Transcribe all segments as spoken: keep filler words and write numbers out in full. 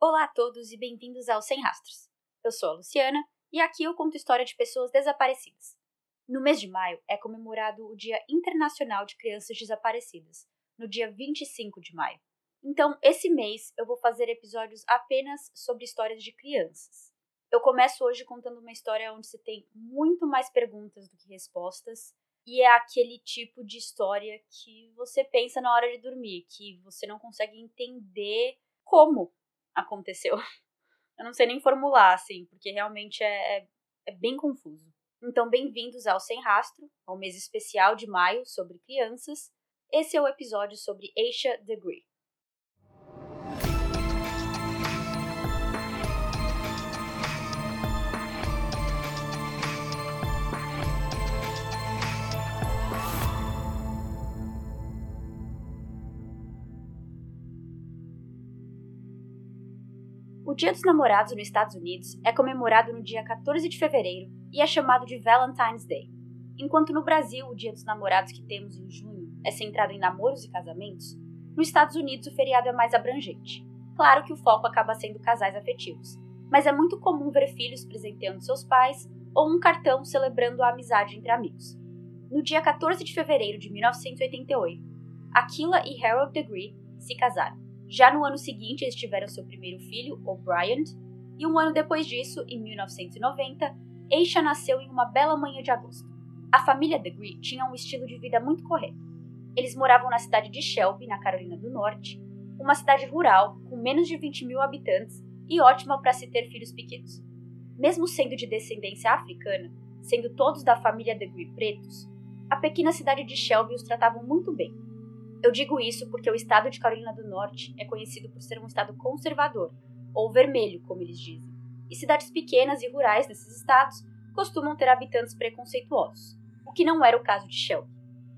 Olá a todos e bem-vindos ao Sem Rastros. Eu sou a Luciana e aqui eu conto história de pessoas desaparecidas. No mês de maio é comemorado o Dia Internacional de Crianças Desaparecidas, no dia vinte e cinco de maio. Então, esse mês eu vou fazer episódios apenas sobre histórias de crianças. Eu começo hoje contando uma história onde se tem muito mais perguntas do que respostas, e é aquele tipo de história que você pensa na hora de dormir, que você não consegue entender como aconteceu. Eu não sei nem formular, assim, porque realmente é, é, é bem confuso. Então, bem-vindos ao Sem Rastro, ao mês especial de maio sobre crianças. Esse é o episódio sobre Aisha Degree. O Dia dos Namorados nos Estados Unidos é comemorado no dia quatorze de fevereiro e é chamado de Valentine's Day. Enquanto no Brasil o Dia dos Namorados que temos em junho é centrado em namoros e casamentos, nos Estados Unidos o feriado é mais abrangente. Claro que o foco acaba sendo casais afetivos, mas é muito comum ver filhos presenteando seus pais ou um cartão celebrando a amizade entre amigos. No dia quatorze de fevereiro de mil novecentos e oitenta e oito, Akilah e Harold Degree se casaram. Já no ano seguinte, eles tiveram seu primeiro filho, o Bryant, e um ano depois disso, em mil novecentos e noventa, Aisha nasceu em uma bela manhã de agosto. A família Degree tinha um estilo de vida muito correto. Eles moravam na cidade de Shelby, na Carolina do Norte, uma cidade rural com menos de vinte mil habitantes e ótima para se ter filhos pequenos. Mesmo sendo de descendência africana, sendo todos da família Degree pretos, a pequena cidade de Shelby os tratava muito bem. Eu digo isso porque o estado de Carolina do Norte é conhecido por ser um estado conservador, ou vermelho, como eles dizem, e cidades pequenas e rurais nesses estados costumam ter habitantes preconceituosos, o que não era o caso de Shelby.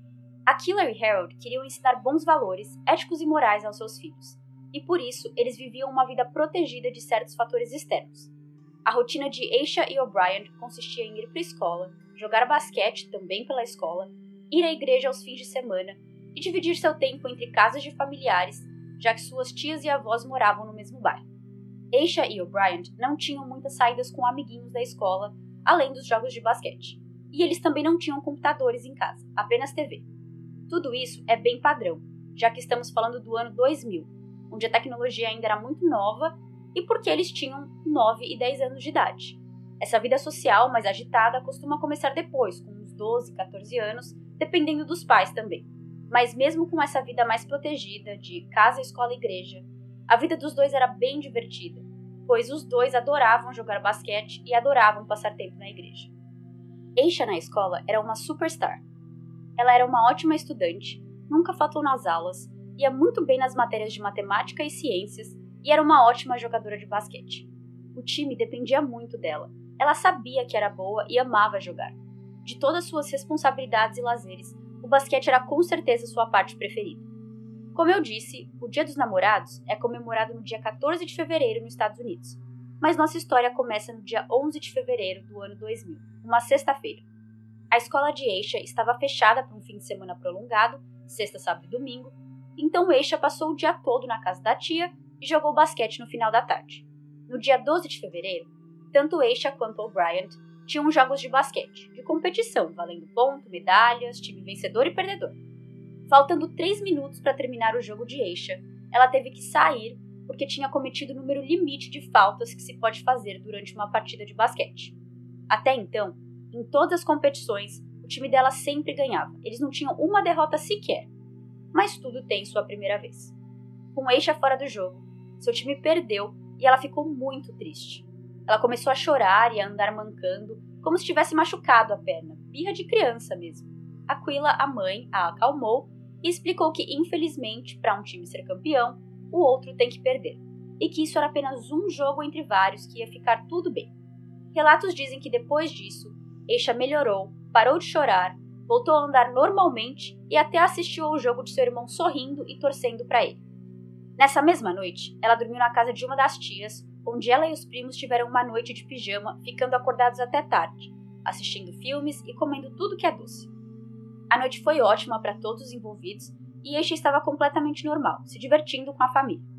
Akilah e Harold queriam ensinar bons valores, éticos e morais aos seus filhos, e por isso eles viviam uma vida protegida de certos fatores externos. A rotina de Aisha e O'Brien consistia em ir para a escola, jogar basquete também pela escola, ir à igreja aos fins de semana, e dividir seu tempo entre casas de familiares, já que suas tias e avós moravam no mesmo bairro. Aisha e O'Brien não tinham muitas saídas com amiguinhos da escola, além dos jogos de basquete. E eles também não tinham computadores em casa, apenas T V. Tudo isso é bem padrão, já que estamos falando do ano dois mil, onde a tecnologia ainda era muito nova e porque eles tinham nove e dez anos de idade. Essa vida social mais agitada costuma começar depois, com uns doze, quatorze anos, dependendo dos pais também. Mas mesmo com essa vida mais protegida, de casa, escola e igreja, a vida dos dois era bem divertida, pois os dois adoravam jogar basquete e adoravam passar tempo na igreja. Aisha na escola era uma superstar. Ela era uma ótima estudante, nunca faltou nas aulas, ia muito bem nas matérias de matemática e ciências e era uma ótima jogadora de basquete. O time dependia muito dela. Ela sabia que era boa e amava jogar. De todas suas responsabilidades e lazeres, o basquete era com certeza sua parte preferida. Como eu disse, o Dia dos Namorados é comemorado no dia quatorze de fevereiro nos Estados Unidos, mas nossa história começa no dia onze de fevereiro do ano dois mil, uma sexta-feira. A escola de Aisha estava fechada para um fim de semana prolongado, sexta, sábado e domingo, então Aisha passou o dia todo na casa da tia e jogou basquete no final da tarde. No dia doze de fevereiro, tanto Aisha quanto O'Brien tinham jogos de basquete, de competição, valendo ponto, medalhas, time vencedor e perdedor. Faltando três minutos para terminar o jogo de Aisha, ela teve que sair porque tinha cometido o número limite de faltas que se pode fazer durante uma partida de basquete. Até então, em todas as competições, o time dela sempre ganhava, eles não tinham uma derrota sequer. Mas tudo tem sua primeira vez. Com Aisha fora do jogo, seu time perdeu e ela ficou muito triste. Ela começou a chorar e a andar mancando, como se tivesse machucado a perna, birra de criança mesmo. Akilah, a mãe, a acalmou e explicou que, infelizmente, para um time ser campeão, o outro tem que perder, e que isso era apenas um jogo entre vários que ia ficar tudo bem. Relatos dizem que depois disso, Aisha melhorou, parou de chorar, voltou a andar normalmente e até assistiu ao jogo de seu irmão sorrindo e torcendo para ele. Nessa mesma noite, ela dormiu na casa de uma das tias, onde ela e os primos tiveram uma noite de pijama, ficando acordados até tarde, assistindo filmes e comendo tudo que é doce. A noite foi ótima para todos os envolvidos e Aisha estava completamente normal, se divertindo com a família.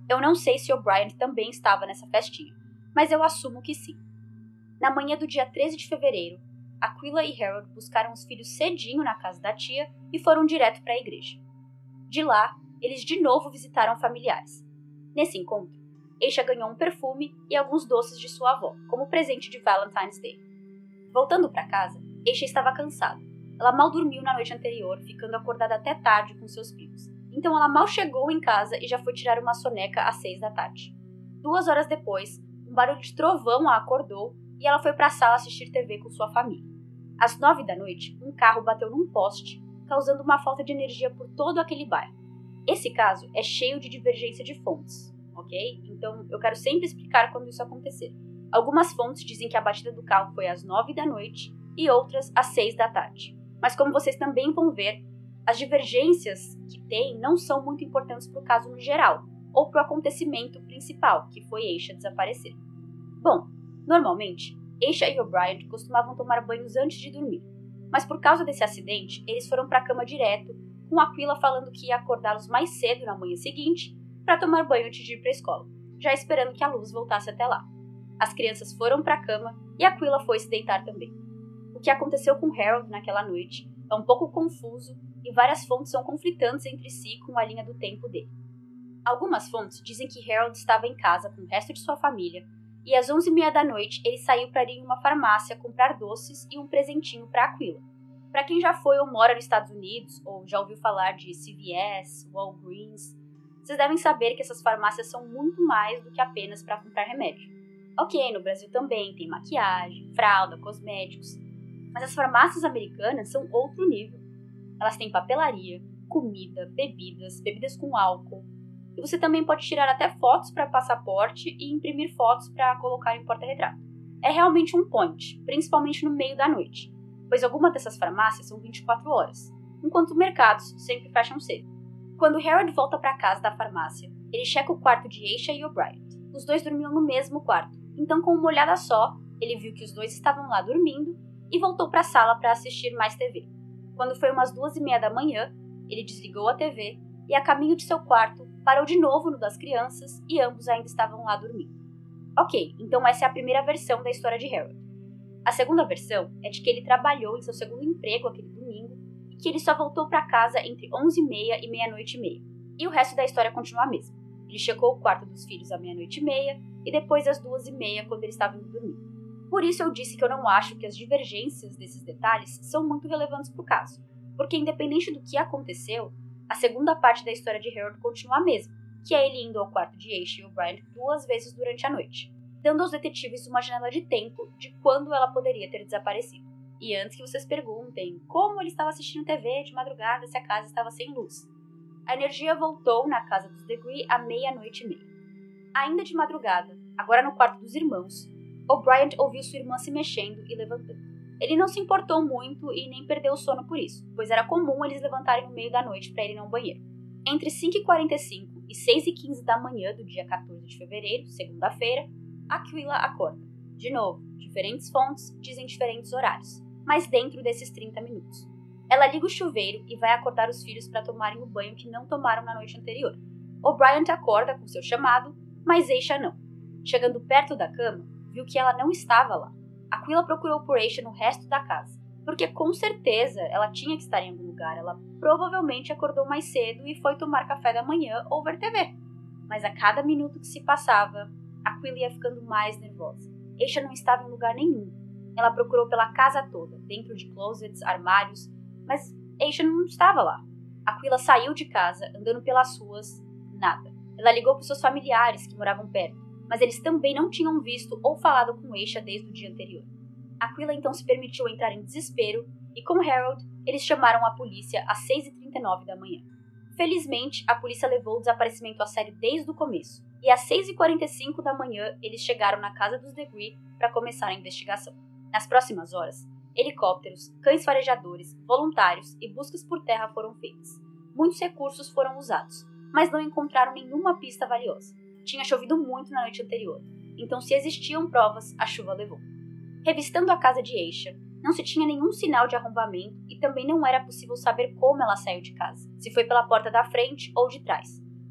Eu não sei se O'Brien também estava nessa festinha, mas eu assumo que sim. Na manhã do dia treze de fevereiro, Aquila e Harold buscaram os filhos cedinho na casa da tia e foram direto para a igreja. De lá, eles de novo visitaram familiares. Nesse encontro, Aisha ganhou um perfume e alguns doces de sua avó, como presente de Valentine's Day. Voltando para casa, Aisha estava cansada. Ela mal dormiu na noite anterior, ficando acordada até tarde com seus primos. Então ela mal chegou em casa e já foi tirar uma soneca às seis da tarde. Duas horas depois, um barulho de trovão a acordou e ela foi para a sala assistir T V com sua família. Às nove da noite, um carro bateu num poste, causando uma falta de energia por todo aquele bairro. Esse caso é cheio de divergência de fontes, ok? Então eu quero sempre explicar quando isso acontecer. Algumas fontes dizem que a batida do carro foi às nove da noite e outras às seis da tarde. Mas como vocês também vão ver, as divergências que tem não são muito importantes para o caso no geral, ou para o acontecimento principal, que foi Aisha desaparecer. Bom, normalmente, Aisha e O'Brien costumavam tomar banhos antes de dormir, mas por causa desse acidente, eles foram para a cama direto, com Aquila falando que ia acordá-los mais cedo na manhã seguinte para tomar banho antes de ir para a escola, já esperando que a luz voltasse até lá. As crianças foram para a cama e Aquila foi se deitar também. O que aconteceu com Harold naquela noite é um pouco confuso e várias fontes são conflitantes entre si com a linha do tempo dele. Algumas fontes dizem que Harold estava em casa com o resto de sua família e às onze e meia da noite ele saiu para ir em uma farmácia comprar doces e um presentinho para Aquila. Para quem já foi ou mora nos Estados Unidos ou já ouviu falar de C V S, Walgreens, vocês devem saber que essas farmácias são muito mais do que apenas para comprar remédio. Ok, no Brasil também tem maquiagem, fralda, cosméticos, mas as farmácias americanas são outro nível. Elas têm papelaria, comida, bebidas, bebidas com álcool. E você também pode tirar até fotos para passaporte e imprimir fotos para colocar em porta-retrato. É realmente um point, principalmente no meio da noite, pois algumas dessas farmácias são vinte e quatro horas, enquanto os mercados sempre fecham cedo. Quando Harold volta para casa da farmácia, ele checa o quarto de Aisha e O'Brien. Os dois dormiam no mesmo quarto, então com uma olhada só, ele viu que os dois estavam lá dormindo e voltou para a sala para assistir mais T V. Quando foi umas duas e meia da manhã, ele desligou a T V e, a caminho de seu quarto, parou de novo no das crianças e ambos ainda estavam lá dormindo. Ok, então essa é a primeira versão da história de Harold. A segunda versão é de que ele trabalhou em seu segundo emprego aquele domingo e que ele só voltou para casa entre onze e meia e meia-noite e meia. E o resto da história continua a mesma. Ele checou o quarto dos filhos à meia-noite e meia e depois às duas e meia quando eles estavam indo dormir. Por isso eu disse que eu não acho que as divergências desses detalhes são muito relevantes para o caso, porque independente do que aconteceu, a segunda parte da história de Harold continua a mesma, que é ele indo ao quarto de Aisha e O'Brien duas vezes durante a noite, dando aos detetives uma janela de tempo de quando ela poderia ter desaparecido. E antes que vocês perguntem como ele estava assistindo T V de madrugada se a casa estava sem luz, a energia voltou na casa dos Degree à meia-noite e meia. Ainda de madrugada, agora no quarto dos irmãos, O'Brien ouviu sua irmã se mexendo e levantando. Ele não se importou muito e nem perdeu o sono por isso, pois era comum eles levantarem no meio da noite para irem ao banheiro. Entre cinco e quarenta e cinco e seis e quinze da manhã do dia quatorze de fevereiro, segunda-feira, Aquila acorda. De novo, diferentes fontes dizem diferentes horários, mas dentro desses trinta minutos. Ela liga o chuveiro e vai acordar os filhos para tomarem o banho que não tomaram na noite anterior. O'Brien acorda com seu chamado, mas Aisha não. Chegando perto da cama, viu que ela não estava lá. Aquila procurou por Aisha no resto da casa, porque com certeza ela tinha que estar em algum lugar. Ela provavelmente acordou mais cedo e foi tomar café da manhã ou ver T V. Mas a cada minuto que se passava, Aquila ia ficando mais nervosa. Aisha não estava em lugar nenhum. Ela procurou pela casa toda, dentro de closets, armários, mas Aisha não estava lá. Aquila saiu de casa, andando pelas ruas, nada. Ela ligou para os seus familiares que moravam perto, mas eles também não tinham visto ou falado com Aisha desde o dia anterior. Aquila então se permitiu entrar em desespero e, com Harold, eles chamaram a polícia às seis e trinta e nove da manhã. Felizmente, a polícia levou o desaparecimento a sério desde o começo, e às seis e quarenta e cinco da manhã eles chegaram na casa dos Degree para começar a investigação. Nas próximas horas, helicópteros, cães farejadores, voluntários e buscas por terra foram feitas. Muitos recursos foram usados, mas não encontraram nenhuma pista valiosa. Tinha chovido muito na noite anterior, então se existiam provas, a chuva levou. Revistando a casa de Aisha, não se tinha nenhum sinal de arrombamento e também não era possível saber como ela saiu de casa, se foi pela porta da frente ou de trás.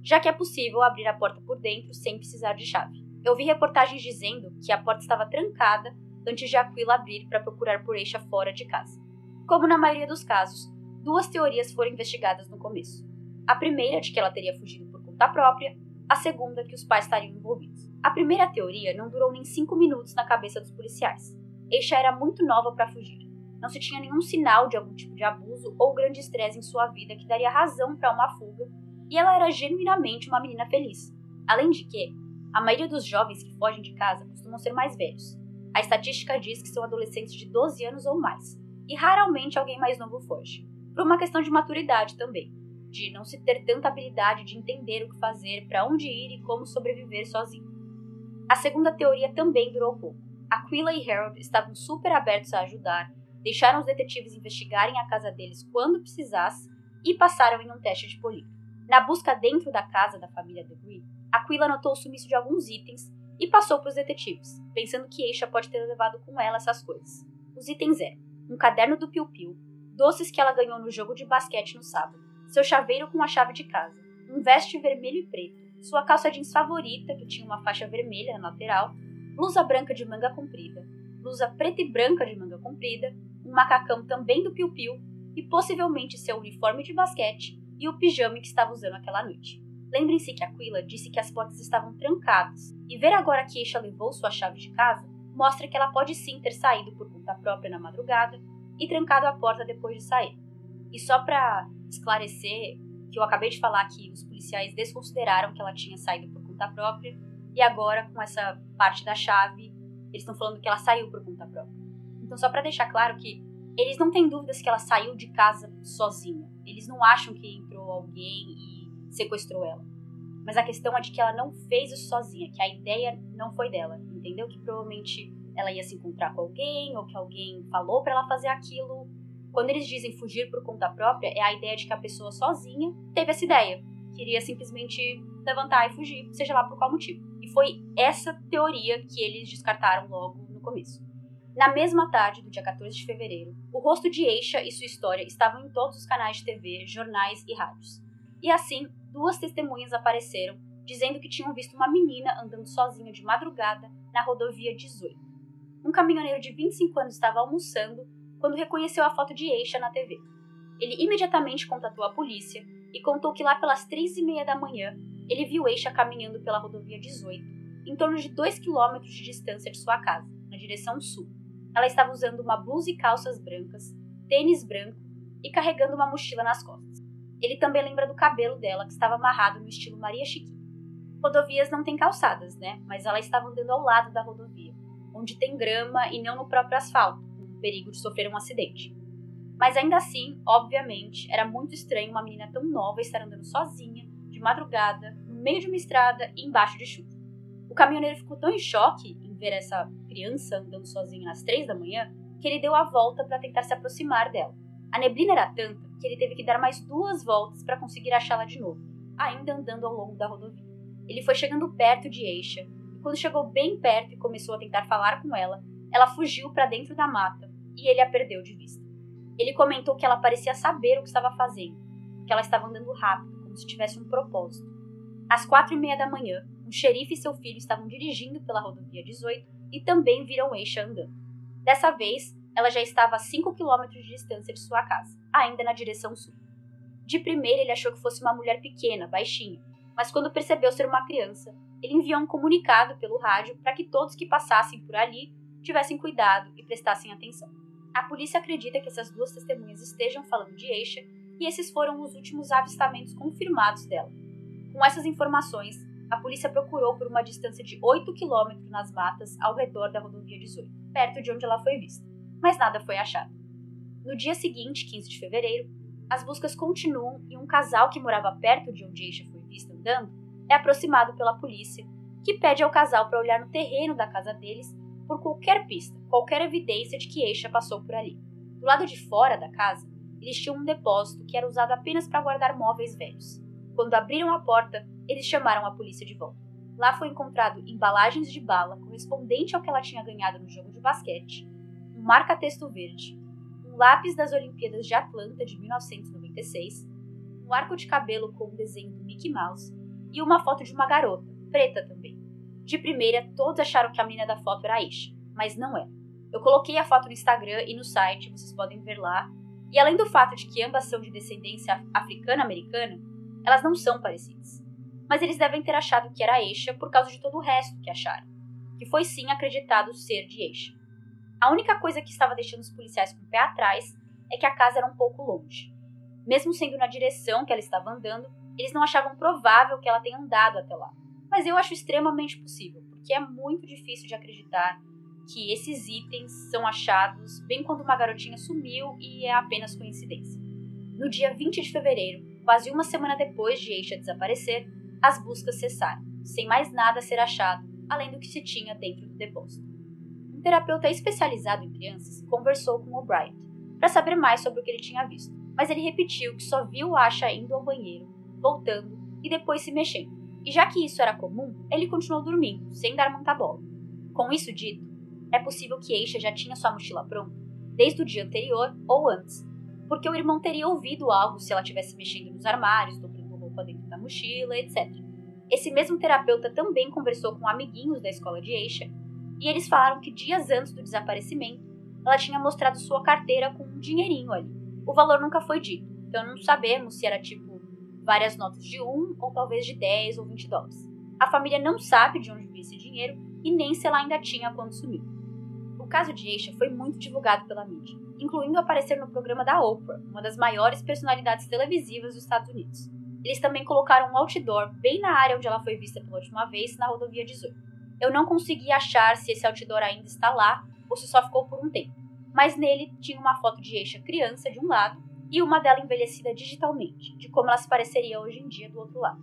já que é possível abrir a porta por dentro sem precisar de chave. Eu vi reportagens dizendo que a porta estava trancada antes de Aquila abrir para procurar por Aisha fora de casa. Como na maioria dos casos, duas teorias foram investigadas no começo. A primeira de que ela teria fugido por conta própria, a segunda que os pais estariam envolvidos. A primeira teoria não durou nem cinco minutos na cabeça dos policiais. Aisha era muito nova para fugir. Não se tinha nenhum sinal de algum tipo de abuso ou grande estresse em sua vida que daria razão para uma fuga, e ela era genuinamente uma menina feliz. Além de que, a maioria dos jovens que fogem de casa costumam ser mais velhos. A estatística diz que são adolescentes de doze anos ou mais, e raramente alguém mais novo foge. Por uma questão de maturidade também, de não se ter tanta habilidade de entender o que fazer, para onde ir e como sobreviver sozinho. A segunda teoria também durou pouco. Aquila e Harold estavam super abertos a ajudar, deixaram os detetives investigarem a casa deles quando precisasse e passaram em um teste de polígrafo. Na busca dentro da casa da família DeGree, Aquila notou o sumiço de alguns itens e passou para os detetives, pensando que Aisha pode ter levado com ela essas coisas. Os itens eram um caderno do Piu Piu, doces que ela ganhou no jogo de basquete no sábado, seu chaveiro com a chave de casa, um veste vermelho e preto, sua calça jeans favorita, que tinha uma faixa vermelha na lateral, blusa branca de manga comprida, blusa preta e branca de manga comprida, um macacão também do Piu Piu e possivelmente seu uniforme de basquete e o pijama que estava usando aquela noite. Lembrem-se que Aquila disse que as portas estavam trancadas, e ver agora que Aisha levou sua chave de casa mostra que ela pode sim ter saído por conta própria na madrugada e trancado a porta depois de sair. E só para esclarecer que eu acabei de falar que os policiais desconsideraram que ela tinha saído por conta própria, e agora com essa parte da chave, eles estão falando que ela saiu por conta própria. Então só para deixar claro que eles não têm dúvidas que ela saiu de casa sozinha. Eles não acham que entrou alguém e sequestrou ela. Mas a questão é de que ela não fez isso sozinha, que a ideia não foi dela, entendeu? Que provavelmente ela ia se encontrar com alguém, ou que alguém falou pra ela fazer aquilo. Quando eles dizem fugir por conta própria, é a ideia de que a pessoa sozinha teve essa ideia. Queria simplesmente levantar e fugir, seja lá por qual motivo. E foi essa teoria que eles descartaram logo no começo. Na mesma tarde do dia quatorze de fevereiro, o rosto de Aisha e sua história estavam em todos os canais de T V, jornais e rádios. E assim, duas testemunhas apareceram, dizendo que tinham visto uma menina andando sozinha de madrugada na rodovia dezoito. Um caminhoneiro de vinte e cinco anos estava almoçando quando reconheceu a foto de Aisha na T V. Ele imediatamente contatou a polícia e contou que lá pelas três e meia da manhã, ele viu Aisha caminhando pela rodovia dezoito, em torno de dois quilômetros de distância de sua casa, na direção sul. Ela estava usando uma blusa e calças brancas, tênis branco e carregando uma mochila nas costas. Ele também lembra do cabelo dela, que estava amarrado no estilo Maria Chiquinha. Rodovias não têm calçadas, né? Mas ela estava andando ao lado da rodovia, onde tem grama e não no próprio asfalto, com perigo de sofrer um acidente. Mas ainda assim, obviamente, era muito estranho uma menina tão nova estar andando sozinha, de madrugada, no meio de uma estrada e embaixo de chuva. O caminhoneiro ficou tão em choque em ver essa criança andando sozinha às três da manhã que ele deu a volta para tentar se aproximar dela. A neblina era tanta que ele teve que dar mais duas voltas para conseguir achá-la de novo, ainda andando ao longo da rodovia. Ele foi chegando perto de Aisha e quando chegou bem perto e começou a tentar falar com ela, ela fugiu para dentro da mata e ele a perdeu de vista. Ele comentou que ela parecia saber o que estava fazendo, que ela estava andando rápido, como se tivesse um propósito. Às quatro e meia da manhã, um xerife e seu filho estavam dirigindo pela rodovia dezoito e também viram Aisha andando. Dessa vez, ela já estava a cinco quilômetros de distância de sua casa, ainda na direção sul. De primeira, ele achou que fosse uma mulher pequena, baixinha, mas quando percebeu ser uma criança, ele enviou um comunicado pelo rádio para que todos que passassem por ali tivessem cuidado e prestassem atenção. A polícia acredita que essas duas testemunhas estejam falando de Aisha e esses foram os últimos avistamentos confirmados dela. Com essas informações, a polícia procurou por uma distância de oito quilômetros nas matas ao redor da rodovia dezoito, perto de onde ela foi vista, mas nada foi achado. No dia seguinte, quinze de fevereiro, as buscas continuam e um casal que morava perto de onde Aisha foi vista andando é aproximado pela polícia, que pede ao casal para olhar no terreno da casa deles por qualquer pista, qualquer evidência de que Aisha passou por ali. Do lado de fora da casa, eles tinham um depósito que era usado apenas para guardar móveis velhos. Quando abriram a porta, eles chamaram a polícia de volta. Lá foi encontrado embalagens de bala correspondente ao que ela tinha ganhado no jogo de basquete, um marca-texto verde, um lápis das Olimpíadas de Atlanta de mil novecentos e noventa e seis, um arco de cabelo com o desenho do Mickey Mouse e uma foto de uma garota, preta também. De primeira, todos acharam que a menina da foto era a Aisha, mas não era. Eu coloquei a foto no Instagram e no site, vocês podem ver lá. E além do fato de que ambas são de descendência africana-americana, elas não são parecidas. Mas eles devem ter achado que era a Aisha por causa de todo o resto que acharam, que foi sim acreditado ser de Aisha. A única coisa que estava deixando os policiais com o pé atrás é que a casa era um pouco longe. Mesmo sendo na direção que ela estava andando, eles não achavam provável que ela tenha andado até lá. Mas eu acho extremamente possível, porque é muito difícil de acreditar que esses itens são achados bem quando uma garotinha sumiu e é apenas coincidência. No dia vinte de fevereiro, quase uma semana depois de Aisha desaparecer, as buscas cessaram, sem mais nada ser achado, além do que se tinha dentro do depósito. Um terapeuta especializado em crianças conversou com O'Brien para saber mais sobre o que ele tinha visto, mas ele repetiu que só viu Aisha indo ao banheiro, voltando e depois se mexendo. E já que isso era comum, ele continuou dormindo, sem dar muita bola. Com isso dito, é possível que Aisha já tinha sua mochila pronta, desde o dia anterior ou antes, porque o irmão teria ouvido algo se ela estivesse mexendo nos armários, dobrando roupa dentro da mochila, etcétera. Esse mesmo terapeuta também conversou com amiguinhos da escola de Aisha, e eles falaram que dias antes do desaparecimento, ela tinha mostrado sua carteira com um dinheirinho ali. O valor nunca foi dito, então não sabemos se era tipo várias notas de um ou talvez de dez ou vinte dólares. A família não sabe de onde veio esse dinheiro e nem se ela ainda tinha quando sumiu. O caso de Aisha foi muito divulgado pela mídia, incluindo aparecer no programa da Oprah, uma das maiores personalidades televisivas dos Estados Unidos. Eles também colocaram um outdoor bem na área onde ela foi vista pela última vez, na rodovia dezoito. Eu não consegui achar se esse outdoor ainda está lá ou se só ficou por um tempo, mas nele tinha uma foto de Aisha criança de um lado e uma dela envelhecida digitalmente, de como ela se pareceria hoje em dia do outro lado.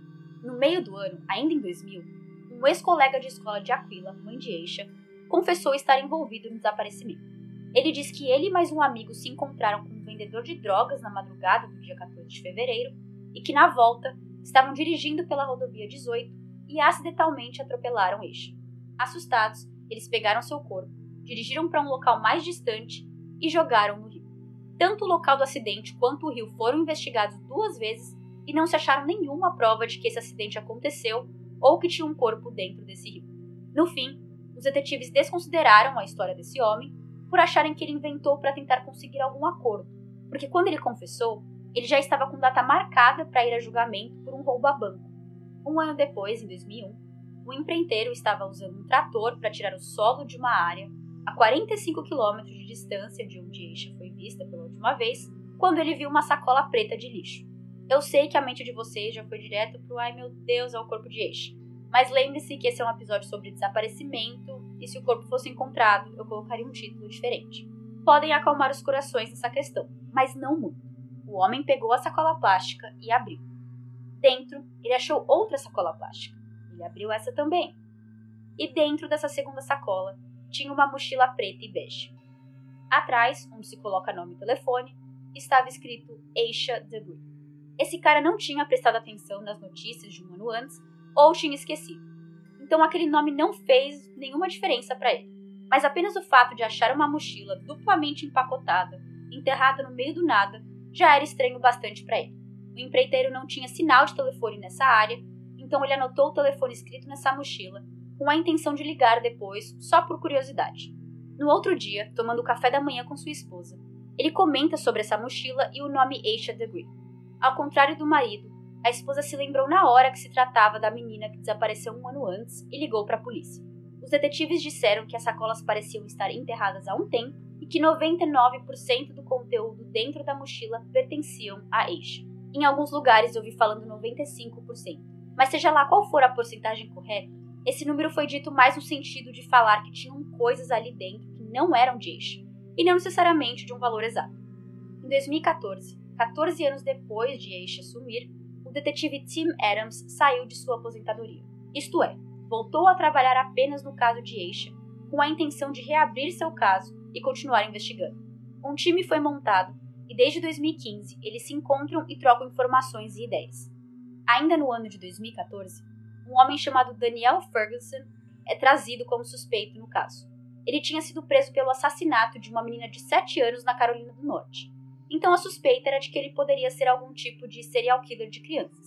No meio do ano, ainda em dois mil, um ex-colega de escola de Aquila, mãe de Aisha, confessou estar envolvido no desaparecimento. Ele diz que ele e mais um amigo se encontraram com um vendedor de drogas na madrugada do dia quatorze de fevereiro e que, na volta, estavam dirigindo pela rodovia dezoito e acidentalmente atropelaram Aisha. Assustados, eles pegaram seu corpo, dirigiram para um local mais distante e jogaram no rio. Tanto o local do acidente quanto o rio foram investigados duas vezes e não se acharam nenhuma prova de que esse acidente aconteceu ou que tinha um corpo dentro desse rio. No fim, os detetives desconsideraram a história desse homem por acharem que ele inventou para tentar conseguir algum acordo, porque quando ele confessou, ele já estava com data marcada para ir a julgamento por um roubo a banco. Um ano depois, em dois mil e um, o empreiteiro estava usando um trator para tirar o solo de uma área a quarenta e cinco quilômetros de distância de onde Aisha foi vista pela última vez, quando ele viu uma sacola preta de lixo. Eu sei que a mente de vocês já foi direto pro ai meu Deus, é o corpo de Aisha. Mas lembre-se que esse é um episódio sobre desaparecimento, e se o corpo fosse encontrado, eu colocaria um título diferente. Podem acalmar os corações nessa questão, mas não muito. O homem pegou a sacola plástica e abriu. Dentro, ele achou outra sacola plástica. Ele abriu essa também. E dentro dessa segunda sacola, tinha uma mochila preta e bege. Atrás, onde se coloca nome e telefone, estava escrito Aisha Degree. Esse cara não tinha prestado atenção nas notícias de um ano antes, ou tinha esquecido. Então aquele nome não fez nenhuma diferença para ele. Mas apenas o fato de achar uma mochila duplamente empacotada, enterrada no meio do nada, já era estranho bastante para ele. O empreiteiro não tinha sinal de telefone nessa área, então ele anotou o telefone escrito nessa mochila, com a intenção de ligar depois, só por curiosidade. No outro dia, tomando café da manhã com sua esposa, ele comenta sobre essa mochila e o nome Aisha Degree. Ao contrário do marido, a esposa se lembrou na hora que se tratava da menina que desapareceu um ano antes e ligou para a polícia. Os detetives disseram que as sacolas pareciam estar enterradas há um tempo e que noventa e nove por cento do conteúdo dentro da mochila pertenciam a Aisha. Em alguns lugares eu ouvi falando noventa e cinco por cento, mas seja lá qual for a porcentagem correta, esse número foi dito mais no sentido de falar que tinham coisas ali dentro que não eram de Aisha, e não necessariamente de um valor exato. Em dois mil e quatorze, quatorze anos depois de Aisha sumir, o detetive Tim Adams saiu de sua aposentadoria. Isto é, voltou a trabalhar apenas no caso de Aisha, com a intenção de reabrir seu caso e continuar investigando. Um time foi montado e desde dois mil e quinze eles se encontram e trocam informações e ideias. Ainda no ano de dois mil e quatorze, um homem chamado Daniel Ferguson é trazido como suspeito no caso. Ele tinha sido preso pelo assassinato de uma menina de sete anos na Carolina do Norte. Então a suspeita era de que ele poderia ser algum tipo de serial killer de crianças.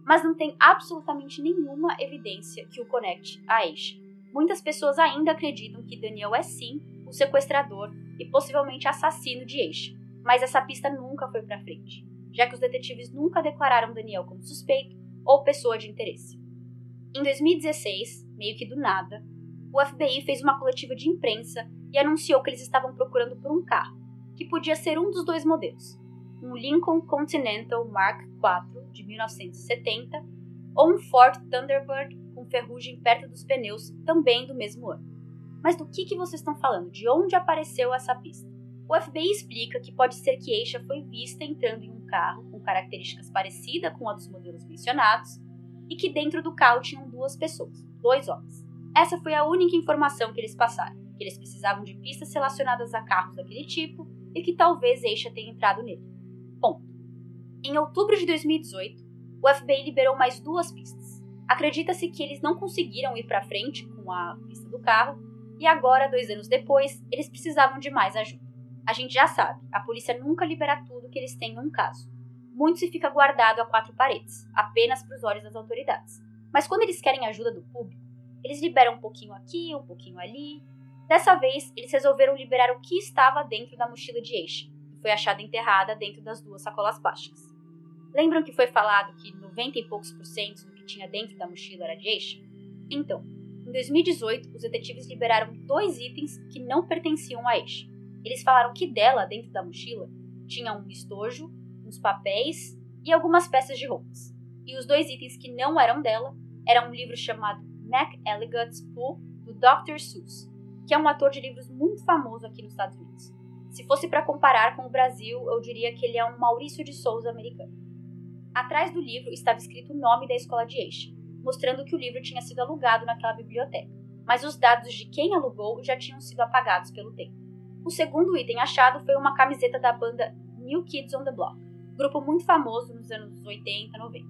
mas não tem absolutamente nenhuma evidência que o conecte a Aisha. Muitas pessoas ainda acreditam que Daniel é sim o sequestrador e possivelmente assassino de Aisha, mas essa pista nunca foi para frente, já que os detetives nunca declararam Daniel como suspeito ou pessoa de interesse. Em dois mil e dezesseis, meio que do nada, o F B I fez uma coletiva de imprensa e anunciou que eles estavam procurando por um carro, que podia ser um dos dois modelos, um Lincoln Continental Mark quatro de mil novecentos e setenta ou um Ford Thunderbird com ferrugem perto dos pneus, também do mesmo ano. Mas do que, que vocês estão falando? De onde apareceu essa pista? O F B I explica que pode ser que Aisha foi vista entrando em um carro com características parecidas com a dos modelos mencionados e que dentro do carro tinham duas pessoas, dois homens. Essa foi a única informação que eles passaram, que eles precisavam de pistas relacionadas a carros daquele tipo e que talvez Aisha tenha entrado nele. Ponto. Em outubro de dois mil e dezoito, o F B I liberou mais duas pistas. Acredita-se que eles não conseguiram ir para frente com a pista do carro e agora, dois anos depois, eles precisavam de mais ajuda. A gente já sabe, a polícia nunca libera tudo que eles têm em um caso. Muito se fica guardado a quatro paredes, apenas para os olhos das autoridades. Mas quando eles querem ajuda do público, eles liberam um pouquinho aqui, um pouquinho ali. Dessa vez, eles resolveram liberar o que estava dentro da mochila de Aisha, que foi achada enterrada dentro das duas sacolas plásticas. Lembram que foi falado que noventa e poucos por cento do que tinha dentro da mochila era de Aisha? Então, em dois mil e dezoito, os detetives liberaram dois itens que não pertenciam a Aisha. Eles falaram que dela, dentro da mochila, tinha um estojo, uns papéis e algumas peças de roupas. E os dois itens que não eram dela eram um livro chamado McElligot's Pooh, do doutor Seuss, que é um ator de livros muito famoso aqui nos Estados Unidos. Se fosse para comparar com o Brasil, eu diria que ele é um Maurício de Souza americano. Atrás do livro estava escrito o nome da escola de Aisha, mostrando que o livro tinha sido alugado naquela biblioteca, mas os dados de quem alugou já tinham sido apagados pelo tempo. O segundo item achado foi uma camiseta da banda New Kids on the Block, grupo muito famoso nos anos oitenta, noventa.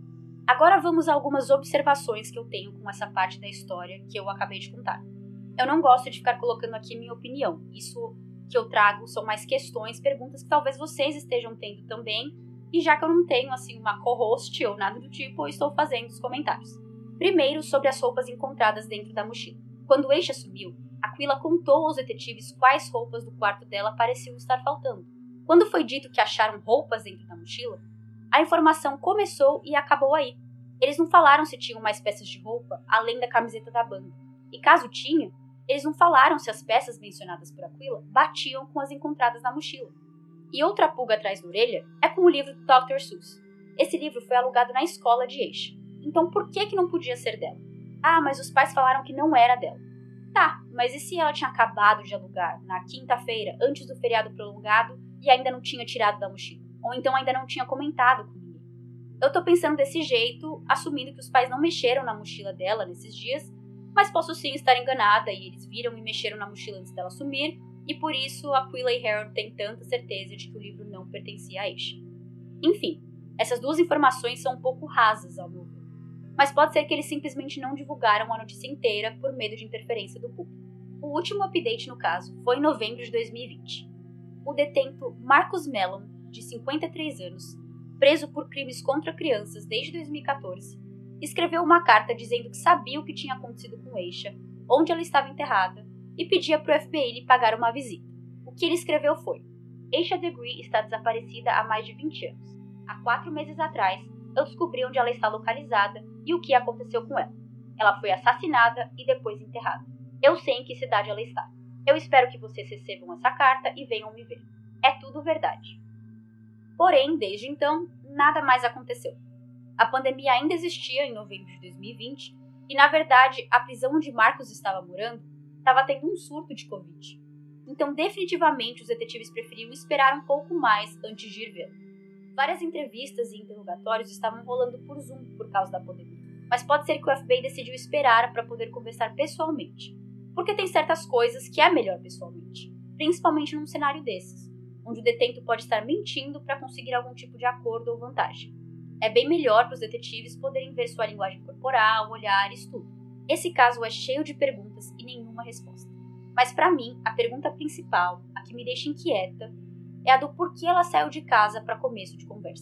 Agora vamos a algumas observações que eu tenho com essa parte da história que eu acabei de contar. Eu não gosto de ficar colocando aqui minha opinião. Isso que eu trago são mais questões, perguntas que talvez vocês estejam tendo também, e já que eu não tenho assim uma co-host ou nada do tipo, eu estou fazendo os comentários. Primeiro, sobre as roupas encontradas dentro da mochila. Quando Aisha sumiu, Aquila contou aos detetives quais roupas do quarto dela pareciam estar faltando. Quando foi dito que acharam roupas dentro da mochila, a informação começou e acabou aí. Eles não falaram se tinham mais peças de roupa além da camiseta da banda. E caso tinha, eles não falaram se as peças mencionadas por Aquila batiam com as encontradas na mochila. E outra pulga atrás da orelha é com o livro do doutor Seuss. Esse livro foi alugado na escola de Aisha. Então por que que não podia ser dela? Ah, mas os pais falaram que não era dela. Tá, mas e se ela tinha acabado de alugar na quinta-feira, antes do feriado prolongado, e ainda não tinha tirado da mochila? Ou então ainda não tinha comentado com ninguém? Eu tô pensando desse jeito, assumindo que os pais não mexeram na mochila dela nesses dias, mas posso sim estar enganada e eles viram e mexeram na mochila antes dela sumir, e por isso Aquila e Harold têm tanta certeza de que o livro não pertencia a Aisha. Enfim, essas duas informações são um pouco rasas ao meu ver, mas pode ser que eles simplesmente não divulgaram a notícia inteira por medo de interferência do público. O último update no caso foi em novembro de dois mil e vinte. O detento Marcus Mellon, de cinquenta e três anos, preso por crimes contra crianças desde dois mil e quatorze, escreveu uma carta dizendo que sabia o que tinha acontecido com Aisha, onde ela estava enterrada, e pedia para o F B I lhe pagar uma visita. O que ele escreveu foi: Aisha Degree está desaparecida há mais de vinte anos. Há quatro meses atrás, eu descobri onde ela está localizada e o que aconteceu com ela. Ela foi assassinada e depois enterrada. Eu sei em que cidade ela está. Eu espero que vocês recebam essa carta e venham me ver. É tudo verdade. Porém, desde então, nada mais aconteceu. A pandemia ainda existia em novembro de dois mil e vinte e, na verdade, a prisão onde Marcus estava morando estava tendo um surto de Covid. Então, definitivamente, os detetives preferiam esperar um pouco mais antes de ir vê-lo. Várias entrevistas e interrogatórios estavam rolando por Zoom por causa da pandemia, mas pode ser que o F B I decidiu esperar para poder conversar pessoalmente, porque tem certas coisas que é melhor pessoalmente, principalmente num cenário desses, onde o detento pode estar mentindo para conseguir algum tipo de acordo ou vantagem. É bem melhor para os detetives poderem ver sua linguagem corporal, olhares, tudo. Esse caso é cheio de perguntas e nenhuma resposta. Mas para mim, a pergunta principal, a que me deixa inquieta, é a do porquê ela saiu de casa para começo de conversa.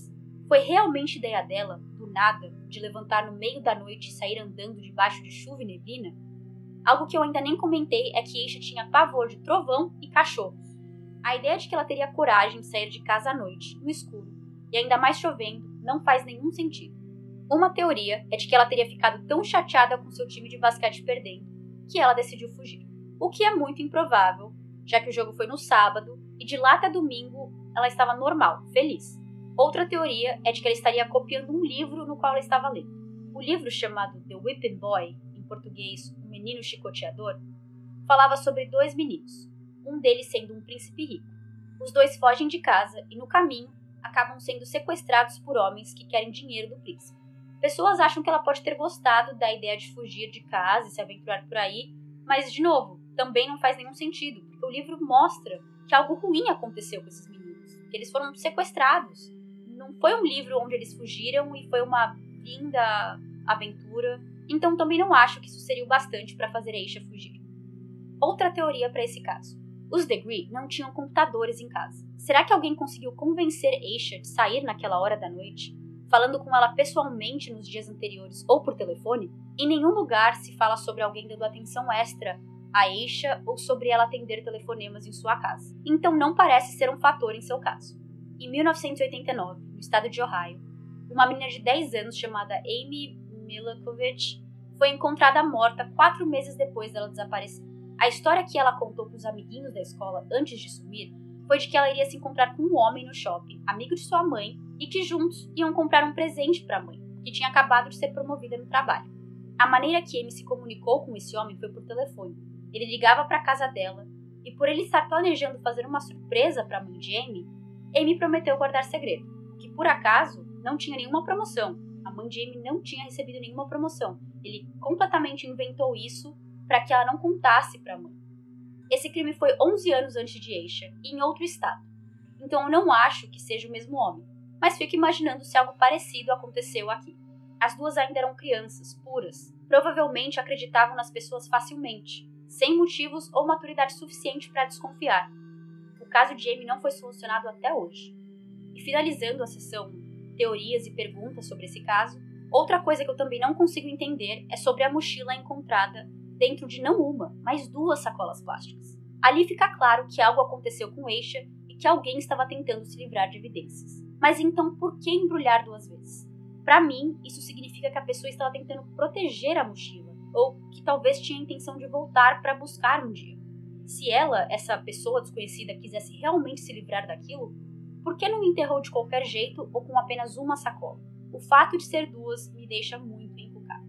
Foi realmente ideia dela, do nada, de levantar no meio da noite e sair andando debaixo de chuva e neblina? Algo que eu ainda nem comentei é que Aisha tinha pavor de trovão e cachorros. A ideia de que ela teria coragem de sair de casa à noite, no escuro, e ainda mais chovendo, não faz nenhum sentido. Uma teoria é de que ela teria ficado tão chateada com seu time de basquete perdendo, que ela decidiu fugir. O que é muito improvável, já que o jogo foi no sábado, e de lá até domingo ela estava normal, feliz. Outra teoria é de que ela estaria copiando um livro no qual ela estava lendo. O livro, chamado The Whipping Boy, em português, O Menino Chicoteador, falava sobre dois meninos, um deles sendo um príncipe rico. Os dois fogem de casa e, no caminho, acabam sendo sequestrados por homens que querem dinheiro do príncipe. Pessoas acham que ela pode ter gostado da ideia de fugir de casa e se aventurar por aí, mas, de novo, também não faz nenhum sentido, porque o livro mostra que algo ruim aconteceu com esses meninos, que eles foram sequestrados. Não foi um livro onde eles fugiram e foi uma linda aventura, então também não acho que isso seria o bastante para fazer Aisha fugir. Outra teoria para esse caso. Os Degree não tinham computadores em casa. Será que alguém conseguiu convencer Aisha de sair naquela hora da noite, falando com ela pessoalmente nos dias anteriores ou por telefone? Em nenhum lugar se fala sobre alguém dando atenção extra a Aisha ou sobre ela atender telefonemas em sua casa. Então não parece ser um fator em seu caso. Em mil novecentos e oitenta e nove, no estado de Ohio, uma menina de dez anos chamada Amy Milakovich foi encontrada morta quatro meses depois dela desaparecer. A história que ela contou para os amiguinhos da escola antes de sumir foi de que ela iria se encontrar com um homem no shopping, amigo de sua mãe, e que juntos iam comprar um presente para a mãe, que tinha acabado de ser promovida no trabalho. A maneira que Amy se comunicou com esse homem foi por telefone. Ele ligava para a casa dela, e por ele estar planejando fazer uma surpresa para a mãe de Amy, Amy prometeu guardar segredo, que por acaso não tinha nenhuma promoção. A mãe de Amy não tinha recebido nenhuma promoção. Ele completamente inventou isso para que ela não contasse para a mãe. Esse crime foi onze anos antes de Aisha e em outro estado. Então eu não acho que seja o mesmo homem, mas fico imaginando se algo parecido aconteceu aqui. As duas ainda eram crianças, puras. Provavelmente acreditavam nas pessoas facilmente, sem motivos ou maturidade suficiente para desconfiar. O caso de Amy não foi solucionado até hoje. E finalizando a sessão teorias e perguntas sobre esse caso, outra coisa que eu também não consigo entender é sobre a mochila encontrada dentro de não uma, mas duas sacolas plásticas. Ali fica claro que algo aconteceu com Aisha e que alguém estava tentando se livrar de evidências. Mas então por que embrulhar duas vezes? Para mim, isso significa que a pessoa estava tentando proteger a mochila, ou que talvez tinha a intenção de voltar para buscar um dia. Se ela, essa pessoa desconhecida, quisesse realmente se livrar daquilo, por que não enterrou de qualquer jeito ou com apenas uma sacola? O fato de ser duas me deixa muito encucado.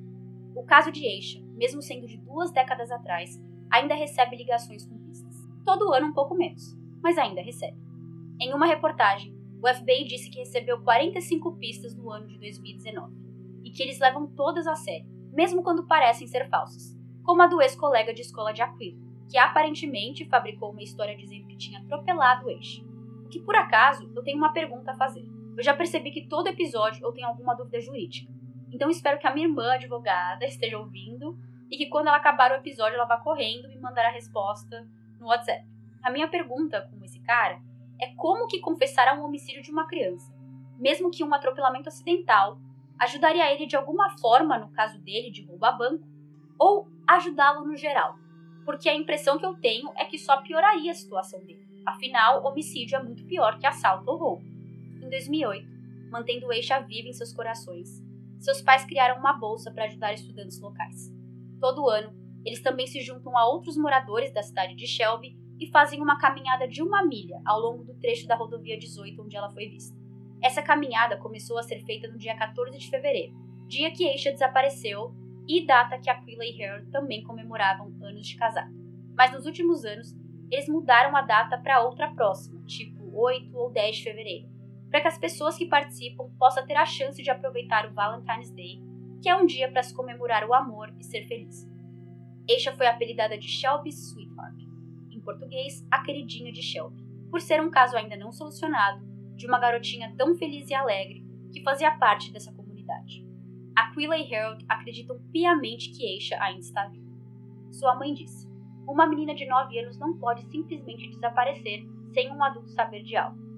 O caso de Aisha, mesmo sendo de duas décadas atrás, ainda recebe ligações com pistas. Todo ano um pouco menos, mas ainda recebe. Em uma reportagem, o F B I disse que recebeu quarenta e cinco pistas no ano de dois mil e dezenove, e que eles levam todas a sério, mesmo quando parecem ser falsas, como a do ex-colega de escola de Aquila, que aparentemente fabricou uma história dizendo que tinha atropelado Aisha. O que, por acaso, eu tenho uma pergunta a fazer. Eu já percebi que todo episódio eu tenho alguma dúvida jurídica, então espero que a minha irmã advogada esteja ouvindo e que quando ela acabar o episódio ela vá correndo me mandar a resposta no WhatsApp. A minha pergunta com esse cara é como que confessar um homicídio de uma criança, mesmo que um atropelamento acidental, ajudaria ele de alguma forma no caso dele de roubar banco, ou ajudá-lo no geral, porque a impressão que eu tenho é que só pioraria a situação dele. Afinal, homicídio é muito pior que assalto ou roubo. Em dois mil e oito, mantendo Aisha viva em seus corações, seus pais criaram uma bolsa para ajudar estudantes locais. Todo ano, eles também se juntam a outros moradores da cidade de Shelby e fazem uma caminhada de uma milha ao longo do trecho da rodovia dezoito onde ela foi vista. Essa caminhada começou a ser feita no dia quatorze de fevereiro, dia que Aisha desapareceu e data que Aquila e Harold também comemoravam anos de casado. Mas nos últimos anos, eles mudaram a data para outra próxima, tipo oito ou dez de fevereiro, para que as pessoas que participam possam ter a chance de aproveitar o Valentine's Day, que é um dia para se comemorar o amor e ser feliz. Aisha foi apelidada de Shelby's Sweetheart, em português, a queridinha de Shelby, por ser um caso ainda não solucionado de uma garotinha tão feliz e alegre que fazia parte dessa comunidade. Aquila e Harold acreditam piamente que Aisha ainda está viva. Sua mãe disse: uma menina de nove anos não pode simplesmente desaparecer sem um adulto saber de algo.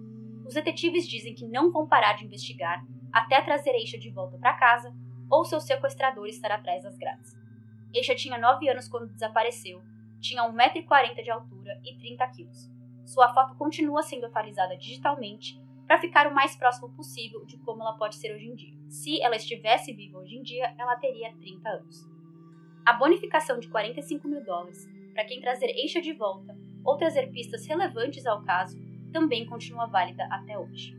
Os detetives dizem que não vão parar de investigar até trazer Aisha de volta para casa ou seu sequestrador estar atrás das grades. Aisha tinha nove anos quando desapareceu, tinha um metro e quarenta de altura e trinta quilos. Sua foto continua sendo atualizada digitalmente para ficar o mais próximo possível de como ela pode ser hoje em dia. Se ela estivesse viva hoje em dia, ela teria trinta anos. A bonificação de quarenta e cinco mil dólares para quem trazer Aisha de volta ou trazer pistas relevantes ao caso também continua válida até hoje.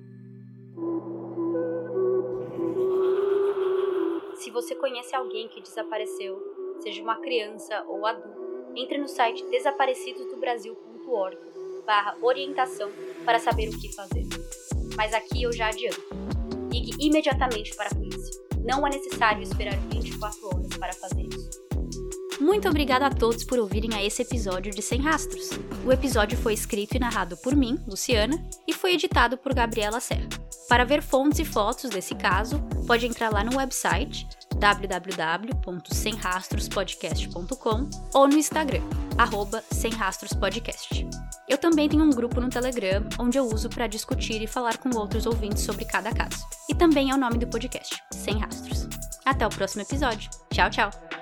Se você conhece alguém que desapareceu, seja uma criança ou adulto, entre no site desaparecidos do brasil ponto org barra orientação para saber o que fazer. Mas aqui eu já adianto. Ligue imediatamente para a polícia. Não é necessário esperar vinte e quatro horas para fazer isso. Muito obrigada a todos por ouvirem a esse episódio de Sem Rastros. O episódio foi escrito e narrado por mim, Luciana, e foi editado por Gabriela Serra. Para ver fontes e fotos desse caso, pode entrar lá no website w w w ponto sem rastros podcast ponto com ou no Instagram, arroba sem rastros podcast. Eu também tenho um grupo no Telegram, onde eu uso para discutir e falar com outros ouvintes sobre cada caso. E também é o nome do podcast, Sem Rastros. Até o próximo episódio. Tchau, tchau!